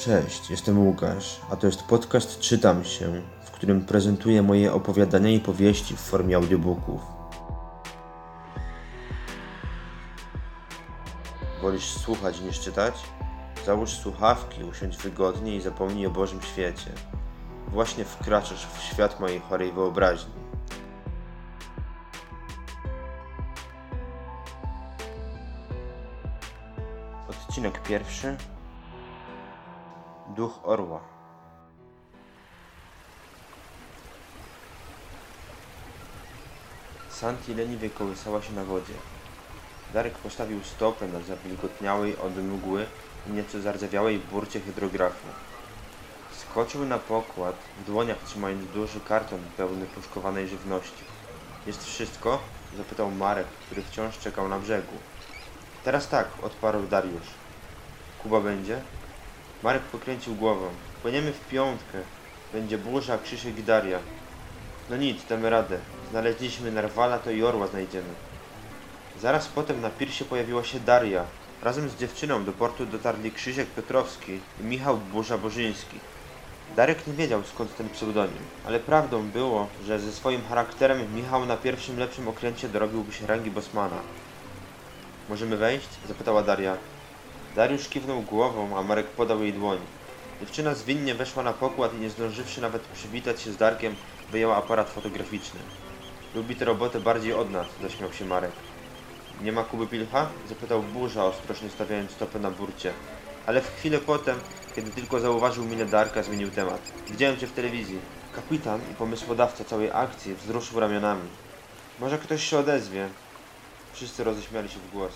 Cześć, jestem Łukasz, a to jest podcast Czytam się, w którym prezentuję moje opowiadania i powieści w formie audiobooków. Wolisz słuchać niż czytać? Załóż słuchawki, usiądź wygodnie i zapomnij o Bożym świecie. Właśnie wkraczasz w świat mojej chorej wyobraźni. Odcinek pierwszy. Duch orła. Santi leniwie kołysała się na wodzie. Darek postawił stopę na zawilgotniałej od mgły i nieco zardzewiałej burcie hydrografu. Skoczył na pokład, w dłoniach trzymając duży karton pełny puszkowanej żywności. Jest wszystko? Zapytał Marek, który wciąż czekał na brzegu. Teraz tak, odparł Dariusz. Kuba będzie? Marek pokręcił głową. Płyniemy w piątkę. Będzie burza, Krzysiek i Daria. No nic, damy radę. Znaleźliśmy narwala, to i orła znajdziemy. Zaraz potem na pirsie pojawiła się Daria. Razem z dziewczyną do portu dotarli Krzysiek Piotrowski i Michał Burza-Burzyński. Darek nie wiedział, skąd ten pseudonim, ale prawdą było, że ze swoim charakterem Michał na pierwszym lepszym okręcie dorobiłby się rangi bosmana. Możemy wejść? Zapytała Daria. Dariusz kiwnął głową, a Marek podał jej dłoń. Dziewczyna zwinnie weszła na pokład i nie zdążywszy nawet przywitać się z Darkiem, wyjęła aparat fotograficzny. Lubi tę robotę bardziej od nas, zaśmiał się Marek. Nie ma Kuby Pilcha? Zapytał Burza, ostrożnie stawiając stopę na burcie. Ale w chwilę potem, kiedy tylko zauważył minę Darka, zmienił temat. Widziałem cię w telewizji. Kapitan i pomysłodawca całej akcji wzruszył ramionami. Może ktoś się odezwie. Wszyscy roześmiali się w głos.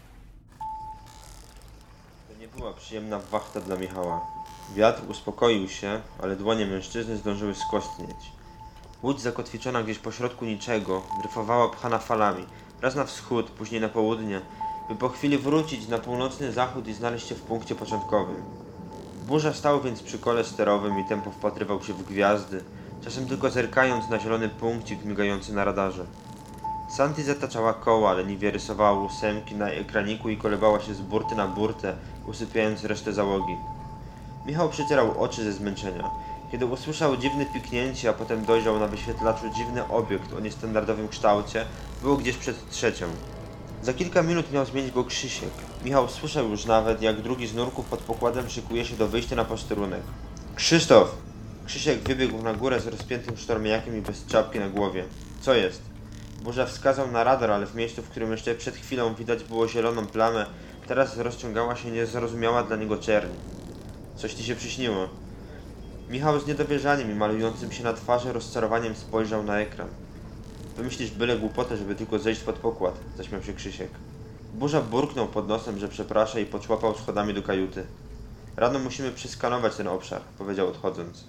To nie była przyjemna wachta dla Michała. Wiatr uspokoił się, ale dłonie mężczyzny zdążyły skostnieć. Łódź zakotwiczona gdzieś pośrodku niczego, dryfowała pchana falami, raz na wschód, później na południe, by po chwili wrócić na północny zachód i znaleźć się w punkcie początkowym. Burza stał więc przy kole sterowym i tempo wpatrywał się w gwiazdy, czasem tylko zerkając na zielony punkcik migający na radarze. Santi zataczała koła, leniwie rysowała ósemki na ekraniku i kolebała się z burty na burtę, usypiając resztę załogi. Michał przecierał oczy ze zmęczenia. Kiedy usłyszał dziwne piknięcie, a potem dojrzał na wyświetlaczu dziwny obiekt o niestandardowym kształcie, było gdzieś przed trzecią. Za kilka minut miał zmienić go Krzysiek. Michał słyszał już nawet, jak drugi z nurków pod pokładem szykuje się do wyjścia na posterunek. Krzysztof! Krzysiek wybiegł na górę z rozpiętym sztormiakiem i bez czapki na głowie. Co jest? Burza wskazał na radar, ale w miejscu, w którym jeszcze przed chwilą widać było zieloną plamę, teraz rozciągała się niezrozumiała dla niego czerń. Coś ci się przyśniło. Michał z niedowierzaniem i malującym się na twarzy rozczarowaniem spojrzał na ekran. Wymyślisz byle głupotę, żeby tylko zejść pod pokład, zaśmiał się Krzysiek. Burza burknął pod nosem, że przeprasza i poczłapał schodami do kajuty. Rano musimy przeskanować ten obszar, powiedział odchodząc.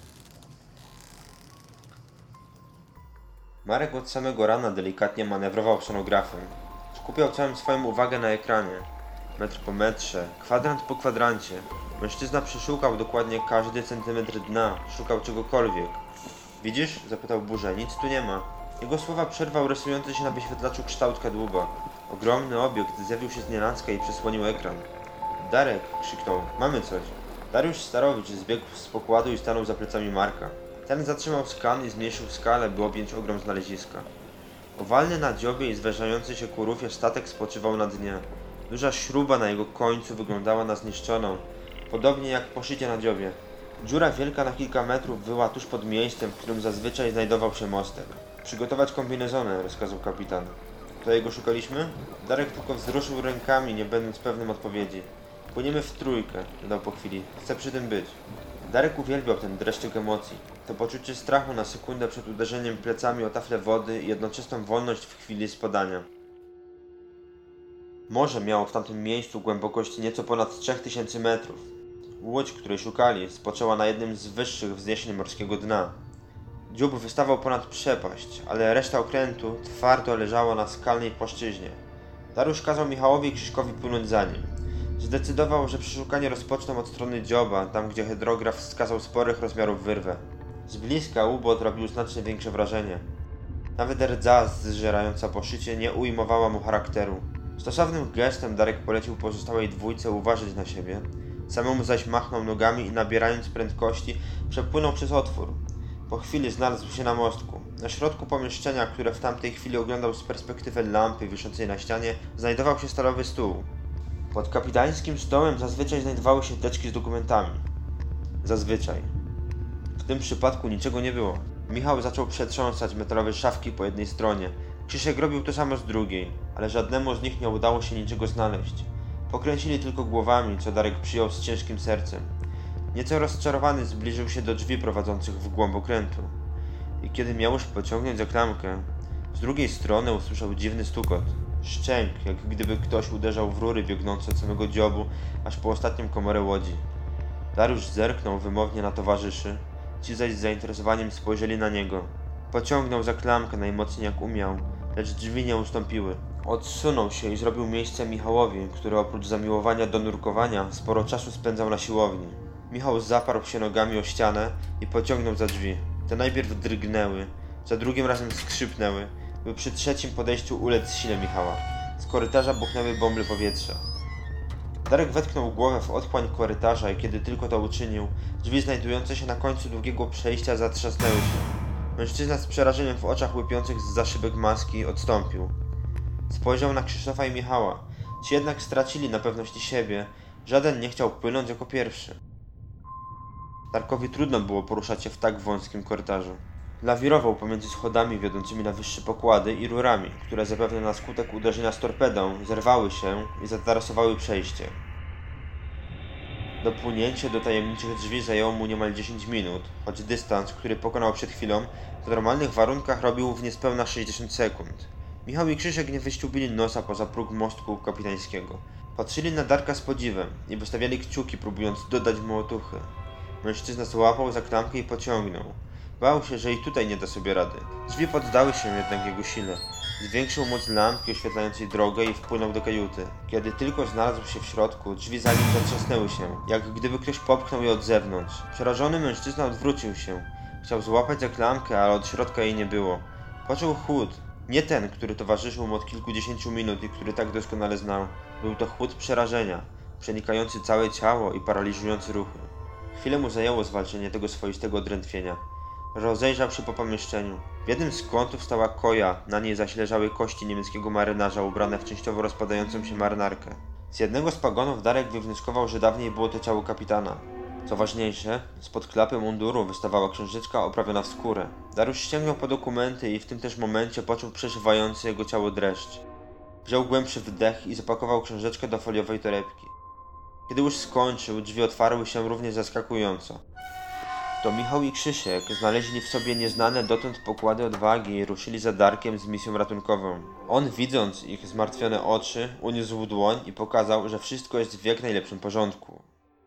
Marek od samego rana delikatnie manewrował scenografem. Skupiał całą swoją uwagę na ekranie. Metr po metrze, kwadrant po kwadrancie. Mężczyzna przeszukał dokładnie każdy centymetr dna, szukał czegokolwiek. Widzisz? Zapytał Burza. Nic tu nie ma. Jego słowa przerwał rysujący się na wyświetlaczu kształt kadłuba. Ogromny obiekt zjawił się znienacka i przysłonił ekran. Darek! Krzyknął. Mamy coś. Dariusz Starowicz zbiegł z pokładu i stanął za plecami Marka. Ten zatrzymał skan i zmniejszył skalę, by objąć ogrom znaleziska. Owalny na dziobie i zwężający się ku rufie statek spoczywał na dnie. Duża śruba na jego końcu wyglądała na zniszczoną, podobnie jak poszycie na dziobie. Dziura wielka na kilka metrów była tuż pod miejscem, w którym zazwyczaj znajdował się mostek. Przygotować kombinezony, rozkazał kapitan. To jego szukaliśmy? Darek tylko wzruszył rękami, nie będąc pewnym odpowiedzi. Płyniemy w trójkę, dodał po chwili. Chcę przy tym być. Darek uwielbiał ten dreszczyk emocji. To poczucie strachu na sekundę przed uderzeniem plecami o taflę wody i jednoczesną wolność w chwili spadania. Morze miało w tamtym miejscu głębokość nieco ponad 3000 metrów. Łódź, której szukali, spoczęła na jednym z wyższych wzniesień morskiego dna. Dziób wystawał ponad przepaść, ale reszta okrętu twardo leżała na skalnej płaszczyźnie. Dariusz kazał Michałowi i Krzyśkowi płynąć za nim. Zdecydował, że przeszukanie rozpoczną od strony dzioba, tam gdzie hydrograf wskazał sporych rozmiarów wyrwę. Z bliska ubot robił znacznie większe wrażenie. Nawet rdza zżerająca poszycie nie ujmowała mu charakteru. Stosownym gestem Darek polecił pozostałej dwójce uważać na siebie, Samemu zaś machnął nogami i nabierając prędkości przepłynął przez otwór. Po chwili znalazł się na mostku. Na środku pomieszczenia, które w tamtej chwili oglądał z perspektywy lampy wiszącej na ścianie, znajdował się stalowy stół. Pod kapitańskim stołem zazwyczaj znajdowały się teczki z dokumentami. Zazwyczaj. W tym przypadku niczego nie było. Michał zaczął przetrząsać metalowe szafki po jednej stronie. Krzysiek robił to samo z drugiej, ale żadnemu z nich nie udało się niczego znaleźć. Pokręcili tylko głowami, co Darek przyjął z ciężkim sercem. Nieco rozczarowany zbliżył się do drzwi prowadzących w głąb okrętu. I kiedy miał już pociągnąć za klamkę, z drugiej strony usłyszał dziwny stukot. Szczęk, jak gdyby ktoś uderzał w rury biegnące od samego dziobu, aż po ostatnią komorę łodzi. Dariusz zerknął wymownie na towarzyszy, ci zaś z zainteresowaniem spojrzeli na niego. Pociągnął za klamkę najmocniej jak umiał, lecz drzwi nie ustąpiły. Odsunął się i zrobił miejsce Michałowi, który oprócz zamiłowania do nurkowania sporo czasu spędzał na siłowni. Michał zaparł się nogami o ścianę i pociągnął za drzwi. Te najpierw drgnęły, za drugim razem skrzypnęły, by przy trzecim podejściu ulec sile Michała. Z korytarza buchnęły bąble powietrza. Darek wetknął głowę w otchłań korytarza i kiedy tylko to uczynił, drzwi znajdujące się na końcu długiego przejścia zatrzasnęły się. Mężczyzna z przerażeniem w oczach łypiących zza szybek maski odstąpił. Spojrzał na Krzysztofa i Michała. Ci jednak stracili na pewności siebie. Żaden nie chciał płynąć jako pierwszy. Darkowi trudno było poruszać się w tak wąskim korytarzu. Lawirował pomiędzy schodami wiodącymi na wyższe pokłady i rurami, które zapewne na skutek uderzenia z torpedą zerwały się i zatarasowały przejście. Dopłynięcie do tajemniczych drzwi zajęło mu niemal 10 minut, choć dystans, który pokonał przed chwilą, w normalnych warunkach robił w niespełna 60 sekund. Michał i Krzysiek nie wyściubili nosa poza próg mostku kapitańskiego. Patrzyli na Darka z podziwem i wystawiali kciuki, próbując dodać mu otuchy. Mężczyzna złapał za klamkę i pociągnął. Bał się, że i tutaj nie da sobie rady. Drzwi poddały się jednak jego sile. Zwiększył moc lampki oświetlającej drogę i wpłynął do kajuty. Kiedy tylko znalazł się w środku, drzwi za nim zatrzasnęły się, jak gdyby ktoś popchnął je od zewnątrz. Przerażony mężczyzna odwrócił się. Chciał złapać za klamkę, ale od środka jej nie było. Poczuł chłód. Nie ten, który towarzyszył mu od kilkudziesięciu minut i który tak doskonale znał. Był to chłód przerażenia, przenikający całe ciało i paraliżujący ruchy. Chwilę mu zajęło zwalczenie tego swoistego drętwienia. Rozejrzał się po pomieszczeniu. W jednym z kątów stała koja, na niej zaś leżały kości niemieckiego marynarza ubrane w częściowo rozpadającą się marynarkę. Z jednego z pagonów Darek wywnioskował, że dawniej było to ciało kapitana. Co ważniejsze, spod klapy munduru wystawała księżyczka oprawiona w skórę. Dariusz sięgnął po dokumenty i w tym też momencie poczuł przeszywający jego ciało dreszcz. Wziął głębszy wdech i zapakował książeczkę do foliowej torebki. Kiedy już skończył, drzwi otwarły się równie zaskakująco. To Michał i Krzysiek znaleźli w sobie nieznane dotąd pokłady odwagi i ruszyli za Darkiem z misją ratunkową. On, widząc ich zmartwione oczy, uniósł dłoń i pokazał, że wszystko jest w jak najlepszym porządku.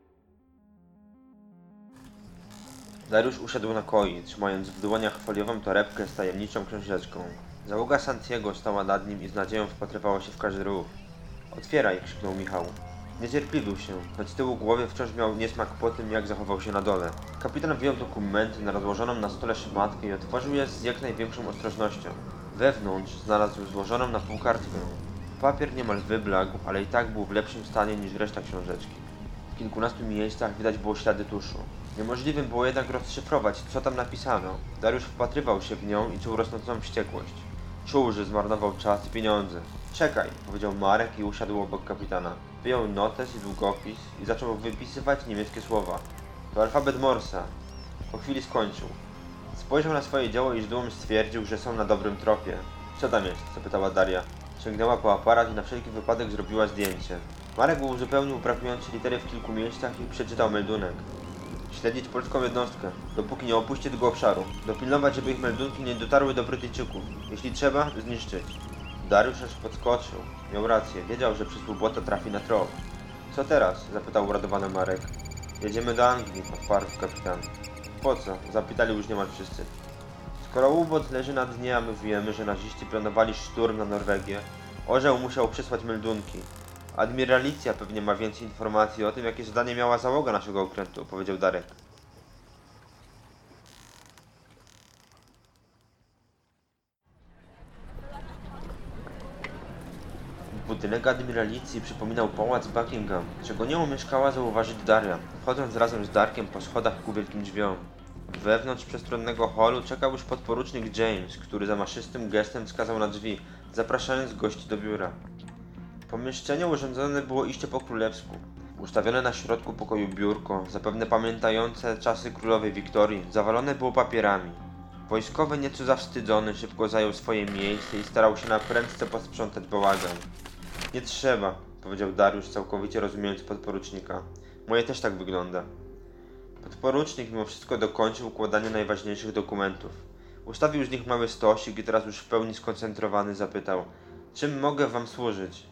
Dariusz usiadł na koi, trzymając w dłoniach foliową torebkę z tajemniczą książeczką. Załoga Santiago stała nad nim i z nadzieją wpatrywała się w każdy ruch. „Otwieraj!” krzyknął Michał. Niecierpliwił się, choć z tyłu głowy wciąż miał niesmak po tym, jak zachował się na dole. Kapitan wyjął dokumenty na rozłożoną na stole szmatkę i otworzył je z jak największą ostrożnością. Wewnątrz znalazł złożoną na pół kartkę. Papier niemal wyblakł, ale i tak był w lepszym stanie niż reszta książeczki. W kilkunastu miejscach widać było ślady tuszu. Niemożliwym było jednak rozszyfrować, co tam napisano. Dariusz wpatrywał się w nią i czuł rosnącą wściekłość. Czuł, że zmarnował czas i pieniądze. „Czekaj”, powiedział Marek i usiadł obok kapitana. Wyjął notes i długopis i zaczął wypisywać niemieckie słowa. To alfabet Morsa. Po chwili skończył. Spojrzał na swoje dzieło i z dumą stwierdził, że są na dobrym tropie. „Co tam jest?” zapytała Daria. Sięgnęła po aparat i na wszelki wypadek zrobiła zdjęcie. Marek uzupełnił brakujące litery w kilku miejscach i przeczytał meldunek. „Śledzić polską jednostkę, dopóki nie opuści tego obszaru. Dopilnować, żeby ich meldunki nie dotarły do Brytyjczyków. Jeśli trzeba, zniszczyć”. Dariusz aż podskoczył. Miał rację, wiedział, że przez łubota trafi na trop. „Co teraz?” zapytał uradowany Marek. „Jedziemy do Anglii”, odparł kapitan. „Po co?” zapytali już niemal wszyscy. „Skoro łubot leży na dnie, a my wiemy, że naziści planowali szturm na Norwegię, orzeł musiał przysłać meldunki. Admiralicja pewnie ma więcej informacji o tym, jakie zadanie miała załoga naszego okrętu”, powiedział Darek. Budynek admiralicji przypominał pałac Buckingham, czego nie umieszkała zauważyć Daria, wchodząc razem z Darkiem po schodach ku wielkim drzwiom. Wewnątrz przestronnego holu czekał już podporucznik James, który zamaszystym gestem wskazał na drzwi, zapraszając gości do biura. Pomieszczenie urządzone było iście po królewsku. Ustawione na środku pokoju biurko, zapewne pamiętające czasy królowej Wiktorii, zawalone było papierami. Wojskowy, nieco zawstydzony, szybko zajął swoje miejsce i starał się na prędce posprzątać bałagan. Nie trzeba, powiedział Dariusz, całkowicie rozumiejąc podporucznika. Moje też tak wygląda. Podporucznik mimo wszystko dokończył układanie najważniejszych dokumentów. Ustawił z nich mały stosik i teraz już w pełni skoncentrowany zapytał: czym mogę wam służyć?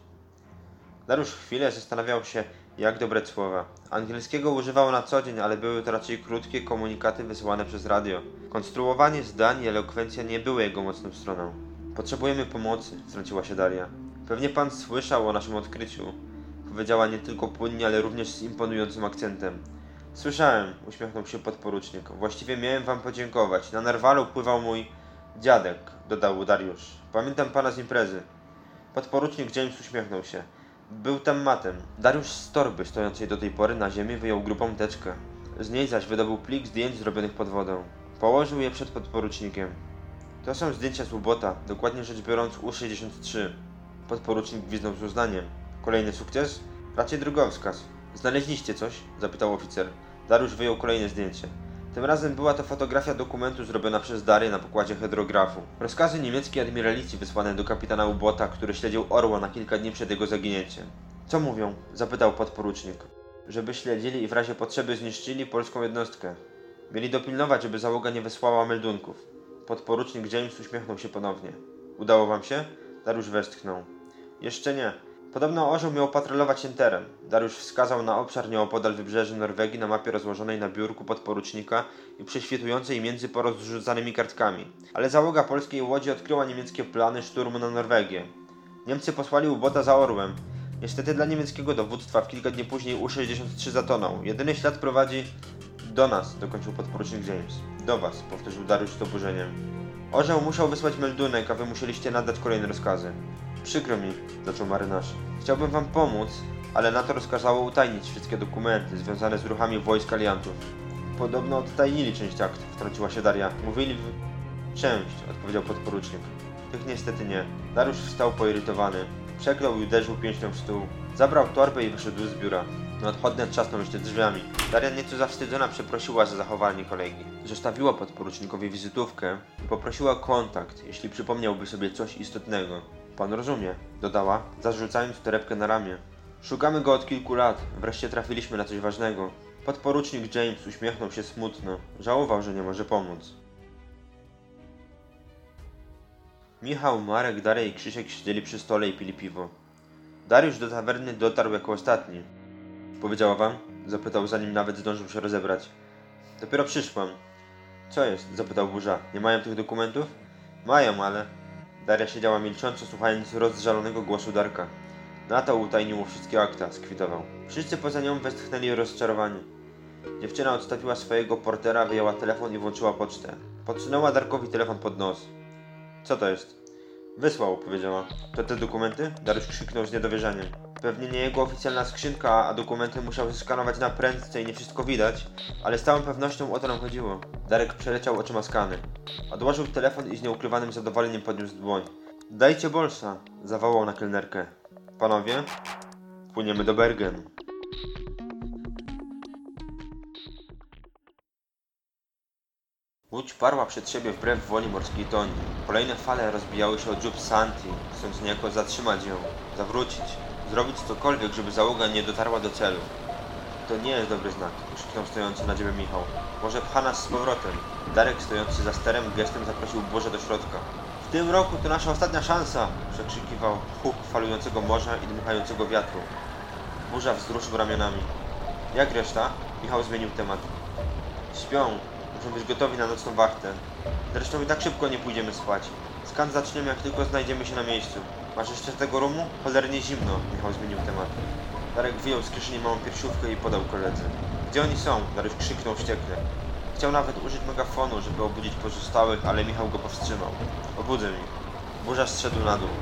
Dariusz chwilę zastanawiał się, jak dobrać słowa. Angielskiego używał na co dzień, ale były to raczej krótkie komunikaty wysyłane przez radio. Konstruowanie zdań i elokwencja nie były jego mocną stroną. Potrzebujemy pomocy, wtrąciła się Daria. Pewnie pan słyszał o naszym odkryciu. Powiedziała nie tylko płynnie, ale również z imponującym akcentem. Słyszałem, uśmiechnął się podporucznik. Właściwie miałem wam podziękować. Na Narwalu pływał mój dziadek, dodał Dariusz. Pamiętam pana z imprezy. Podporucznik James uśmiechnął się. Był tam matem. Dariusz z torby stojącej do tej pory na ziemi wyjął grubą teczkę. Z niej zaś wydobył plik zdjęć zrobionych pod wodą. Położył je przed podporucznikiem. To są zdjęcia z ubota, dokładnie rzecz biorąc U-63. Podporucznik gwizdnął z uznaniem. Kolejny sukces? Raczej drogowskaz. Znaleźliście coś? Zapytał oficer. Dariusz wyjął kolejne zdjęcie. Tym razem była to fotografia dokumentu zrobiona przez Darię na pokładzie hydrografu. Rozkazy niemieckiej admiralicji wysłane do kapitana ubota, który śledził orła na kilka dni przed jego zaginięciem. Co mówią? Zapytał podporucznik. Żeby śledzili i w razie potrzeby zniszczyli polską jednostkę. Mieli dopilnować, żeby załoga nie wysłała meldunków. Podporucznik James uśmiechnął się ponownie. Udało wam się? Dariusz westchnął. Jeszcze nie. Podobno orzeł miał patrolować ten teren. Dariusz wskazał na obszar nieopodal wybrzeży Norwegii na mapie rozłożonej na biurku podporucznika i prześwitującej między porozrzucanymi kartkami. Ale załoga polskiej łodzi odkryła niemieckie plany szturmu na Norwegię. Niemcy posłali ubota za orłem. Niestety dla niemieckiego dowództwa w kilka dni później U-63 zatonął. Jedyny ślad prowadzi do nas, dokończył podporucznik James. Do was, powtórzył Dariusz z oburzeniem. Orzeł musiał wysłać meldunek, a wy musieliście nadać kolejne rozkazy. Przykro mi, zaczął marynarz. Chciałbym wam pomóc, ale NATO rozkazało utajnić wszystkie dokumenty związane z ruchami wojsk aliantów. Podobno odtajnili część akt, wtrąciła się Daria. Mówili część, odpowiedział podporucznik. Tych niestety nie. Dariusz wstał poirytowany. Przeklął i uderzył pięścią w stół. Zabrał torbę i wyszedł z biura. Nadchodne trzasnął jeszcze drzwiami. Daria nieco zawstydzona przeprosiła za zachowanie kolegi. Zostawiła podporucznikowi wizytówkę i poprosiła kontakt, jeśli przypomniałby sobie coś istotnego. Pan rozumie, dodała, zarzucając torebkę na ramię. Szukamy go od kilku lat. Wreszcie trafiliśmy na coś ważnego. Podporucznik James uśmiechnął się smutno. Żałował, że nie może pomóc. Michał, Marek, Daria i Krzysiek siedzieli przy stole i pili piwo. Dariusz do tawerny dotarł jako ostatni. Powiedziała wam? Zapytał, zanim nawet zdążył się rozebrać. Dopiero przyszłam. Co jest? Zapytał Burza. Nie mają tych dokumentów? Mają, ale... Daria siedziała milcząco, słuchając rozżalonego głosu Darka. NATO utajnił mu wszystkie akta, skwitował. Wszyscy poza nią westchnęli rozczarowani. Dziewczyna odstawiła swojego portera, wyjęła telefon i włączyła pocztę. Podsunęła Darkowi telefon pod nos. Co to jest? Wysłał, powiedziała. To te dokumenty? Dariusz krzyknął z niedowierzaniem. Pewnie nie jego oficjalna skrzynka, a dokumenty musiał zeskanować na prędce i nie wszystko widać, ale z całą pewnością o to nam chodziło. Darek przeleciał oczyma skany. Odłożył telefon i z nieukrywanym zadowoleniem podniósł dłoń. Dajcie bolsa, zawołał na kelnerkę. Panowie, płyniemy do Bergen. Łódź parła przed siebie wbrew woli morskiej toni. Kolejne fale rozbijały się o dziób Santi, chcąc niejako zatrzymać ją, zawrócić, zrobić cokolwiek, żeby załoga nie dotarła do celu. To nie jest dobry znak, krzyknął stojący na dziobie Michał. Może pcha nas z powrotem. Darek stojący za sterem gestem zaprosił Burzę do środka. W tym roku to nasza ostatnia szansa! Przekrzykiwał huk falującego morza i dmuchającego wiatru. Burza wzruszył ramionami. Jak reszta? Michał zmienił temat. Śpią. Muszą być gotowi na nocną wachtę. Zresztą i tak szybko nie pójdziemy spać. Skan zaczniemy, jak tylko znajdziemy się na miejscu. Masz jeszcze tego rumu? Cholernie zimno. Michał zmienił temat. Darek wyjął z kieszeni małą piersiówkę i podał koledze. Gdzie oni są? Dariusz krzyknął wściekle. Chciał nawet użyć megafonu, żeby obudzić pozostałych, ale Michał go powstrzymał. Obudzę ich. Burza zszedł na dół.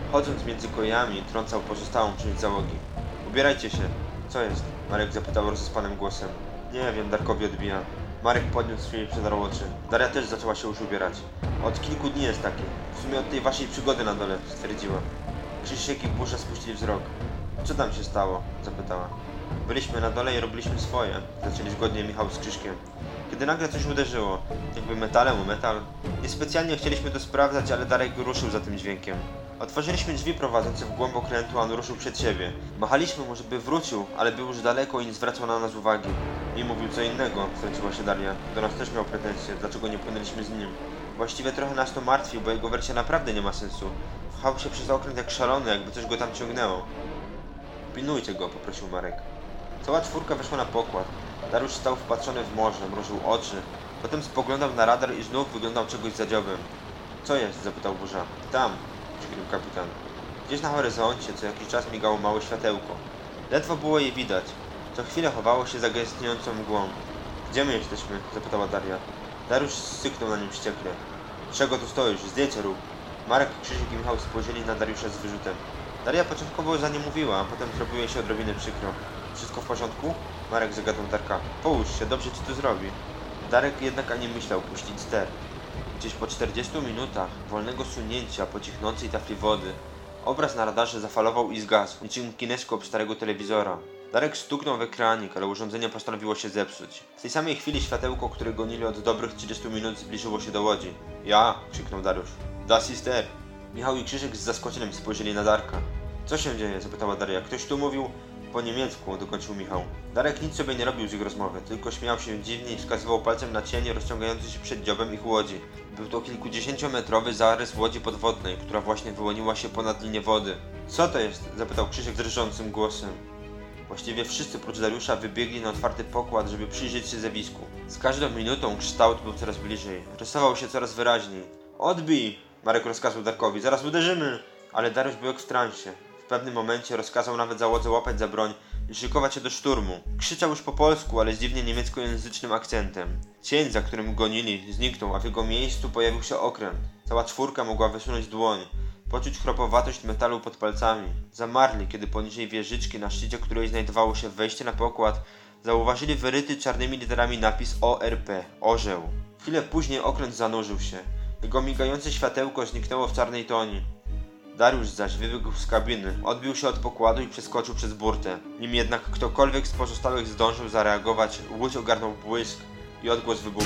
Chodząc między kojami, trącał pozostałą część załogi. Ubierajcie się. Co jest? Marek zapytał rozespanym głosem. Nie wiem, Darkowi odbija. Marek podniósł się i przedarł oczy. Daria też zaczęła się już ubierać. Od kilku dni jest taki. W sumie od tej waszej przygody na dole, stwierdziła. Krzysiek i Burza spuścili wzrok. Co tam się stało? Zapytała. Byliśmy na dole i robiliśmy swoje. Zaczęli zgodnie Michał z Krzyszkiem. Kiedy nagle coś uderzyło, jakby metalem o metal. Niespecjalnie chcieliśmy to sprawdzać, ale Darek ruszył za tym dźwiękiem. Otworzyliśmy drzwi prowadzące w głąb okrętu, a on ruszył przed siebie. Machaliśmy mu, żeby wrócił, ale był już daleko i nie zwracał na nas uwagi. I mówił co innego, wtrąciła się Daria. Do nas też miał pretensje, dlaczego nie płynęliśmy z nim. Właściwie trochę nas to martwi, bo jego wersja naprawdę nie ma sensu. Pchał się przez okręt jak szalony, jakby coś go tam ciągnęło. Pilnujcie go, poprosił Marek. Cała czwórka weszła na pokład. Dariusz stał wpatrzony w morze, mrużył oczy. Potem spoglądał na radar i znów wyglądał czegoś za dziobem. Co jest? Zapytał Burza. Tam, krzyknął kapitan. Gdzieś na horyzoncie co jakiś czas migało małe światełko. Ledwo było je widać. Co chwilę chowało się za gęstniejącą mgłą. Gdzie my jesteśmy? Zapytała Daria. Dariusz syknął na nim wściekle. Czego tu stoisz? Zdjęcie rób. Marek, Krzysiek i Michał spojrzeli na Dariusza z wyrzutem. Daria początkowo za nie mówiła, a potem zrobiło jej się odrobinę przykro. Wszystko w porządku? Marek zagadał Darka. Połóż się, dobrze ci to zrobi. Darek jednak ani myślał puścić ster. Gdzieś po 40 minutach wolnego sunięcia po cichnącej tafli wody obraz na radarze zafalował i zgasł, niczym kineskop starego telewizora. Darek stuknął w ekranik, ale urządzenie postanowiło się zepsuć. W tej samej chwili światełko, które gonili od dobrych 30 minut, zbliżyło się do łodzi. Ja! Krzyknął Dariusz. Das ist er! Michał i Krzysiek z zaskoczeniem spojrzeli na Darka. Co się dzieje? Zapytała Daria. Ktoś tu mówił po niemiecku, dokończył Michał. Darek nic sobie nie robił z ich rozmowy, tylko śmiał się dziwnie i wskazywał palcem na cienie rozciągające się przed dziobem ich łodzi. Był to kilkudziesięciometrowy zarys łodzi podwodnej, która właśnie wyłoniła się ponad linię wody. Co to jest? Zapytał Krzysiek drżącym głosem. Właściwie wszyscy prócz Dariusza wybiegli na otwarty pokład, żeby przyjrzeć się zjawisku. Z każdą minutą kształt był coraz bliżej. Rysował się coraz wyraźniej. Odbij! Marek rozkazał Darkowi. Zaraz uderzymy! Ale Dariusz był jak w transie. W pewnym momencie rozkazał nawet załodze łapać za broń i szykować się do szturmu. Krzyczał już po polsku, ale z dziwnie niemieckojęzycznym akcentem. Cień, za którym gonili, zniknął, a w jego miejscu pojawił się okręt. Cała czwórka mogła wysunąć dłoń. Poczuć chropowatość metalu pod palcami. Zamarli, kiedy poniżej wieżyczki, na szczycie której znajdowało się wejście na pokład, zauważyli wyryty czarnymi literami napis ORP, orzeł. Chwilę później okręt zanurzył się. Jego migające światełko zniknęło w czarnej toni. Dariusz zaś wybiegł z kabiny, odbił się od pokładu i przeskoczył przez burtę. Nim jednak ktokolwiek z pozostałych zdążył zareagować, łódź ogarnął błysk i odgłos wybuchu.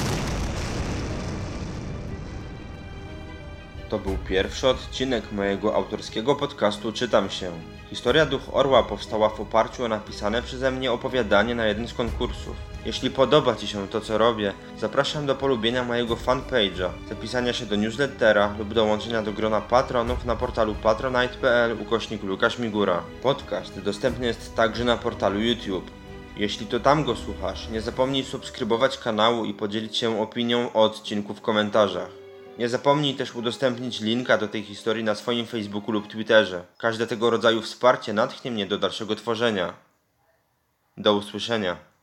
To był pierwszy odcinek mojego autorskiego podcastu Czytam się. Historia Duch Orła powstała w oparciu o napisane przeze mnie opowiadanie na jeden z konkursów. Jeśli podoba Ci się to, co robię, zapraszam do polubienia mojego fanpage'a, zapisania się do newslettera lub dołączenia do grona patronów na portalu patronite.pl/Łukasz Migura. Podcast dostępny jest także na portalu YouTube. Jeśli to tam go słuchasz, nie zapomnij subskrybować kanału i podzielić się opinią o odcinku w komentarzach. Nie zapomnij też udostępnić linka do tej historii na swoim Facebooku lub Twitterze. Każde tego rodzaju wsparcie natchnie mnie do dalszego tworzenia. Do usłyszenia.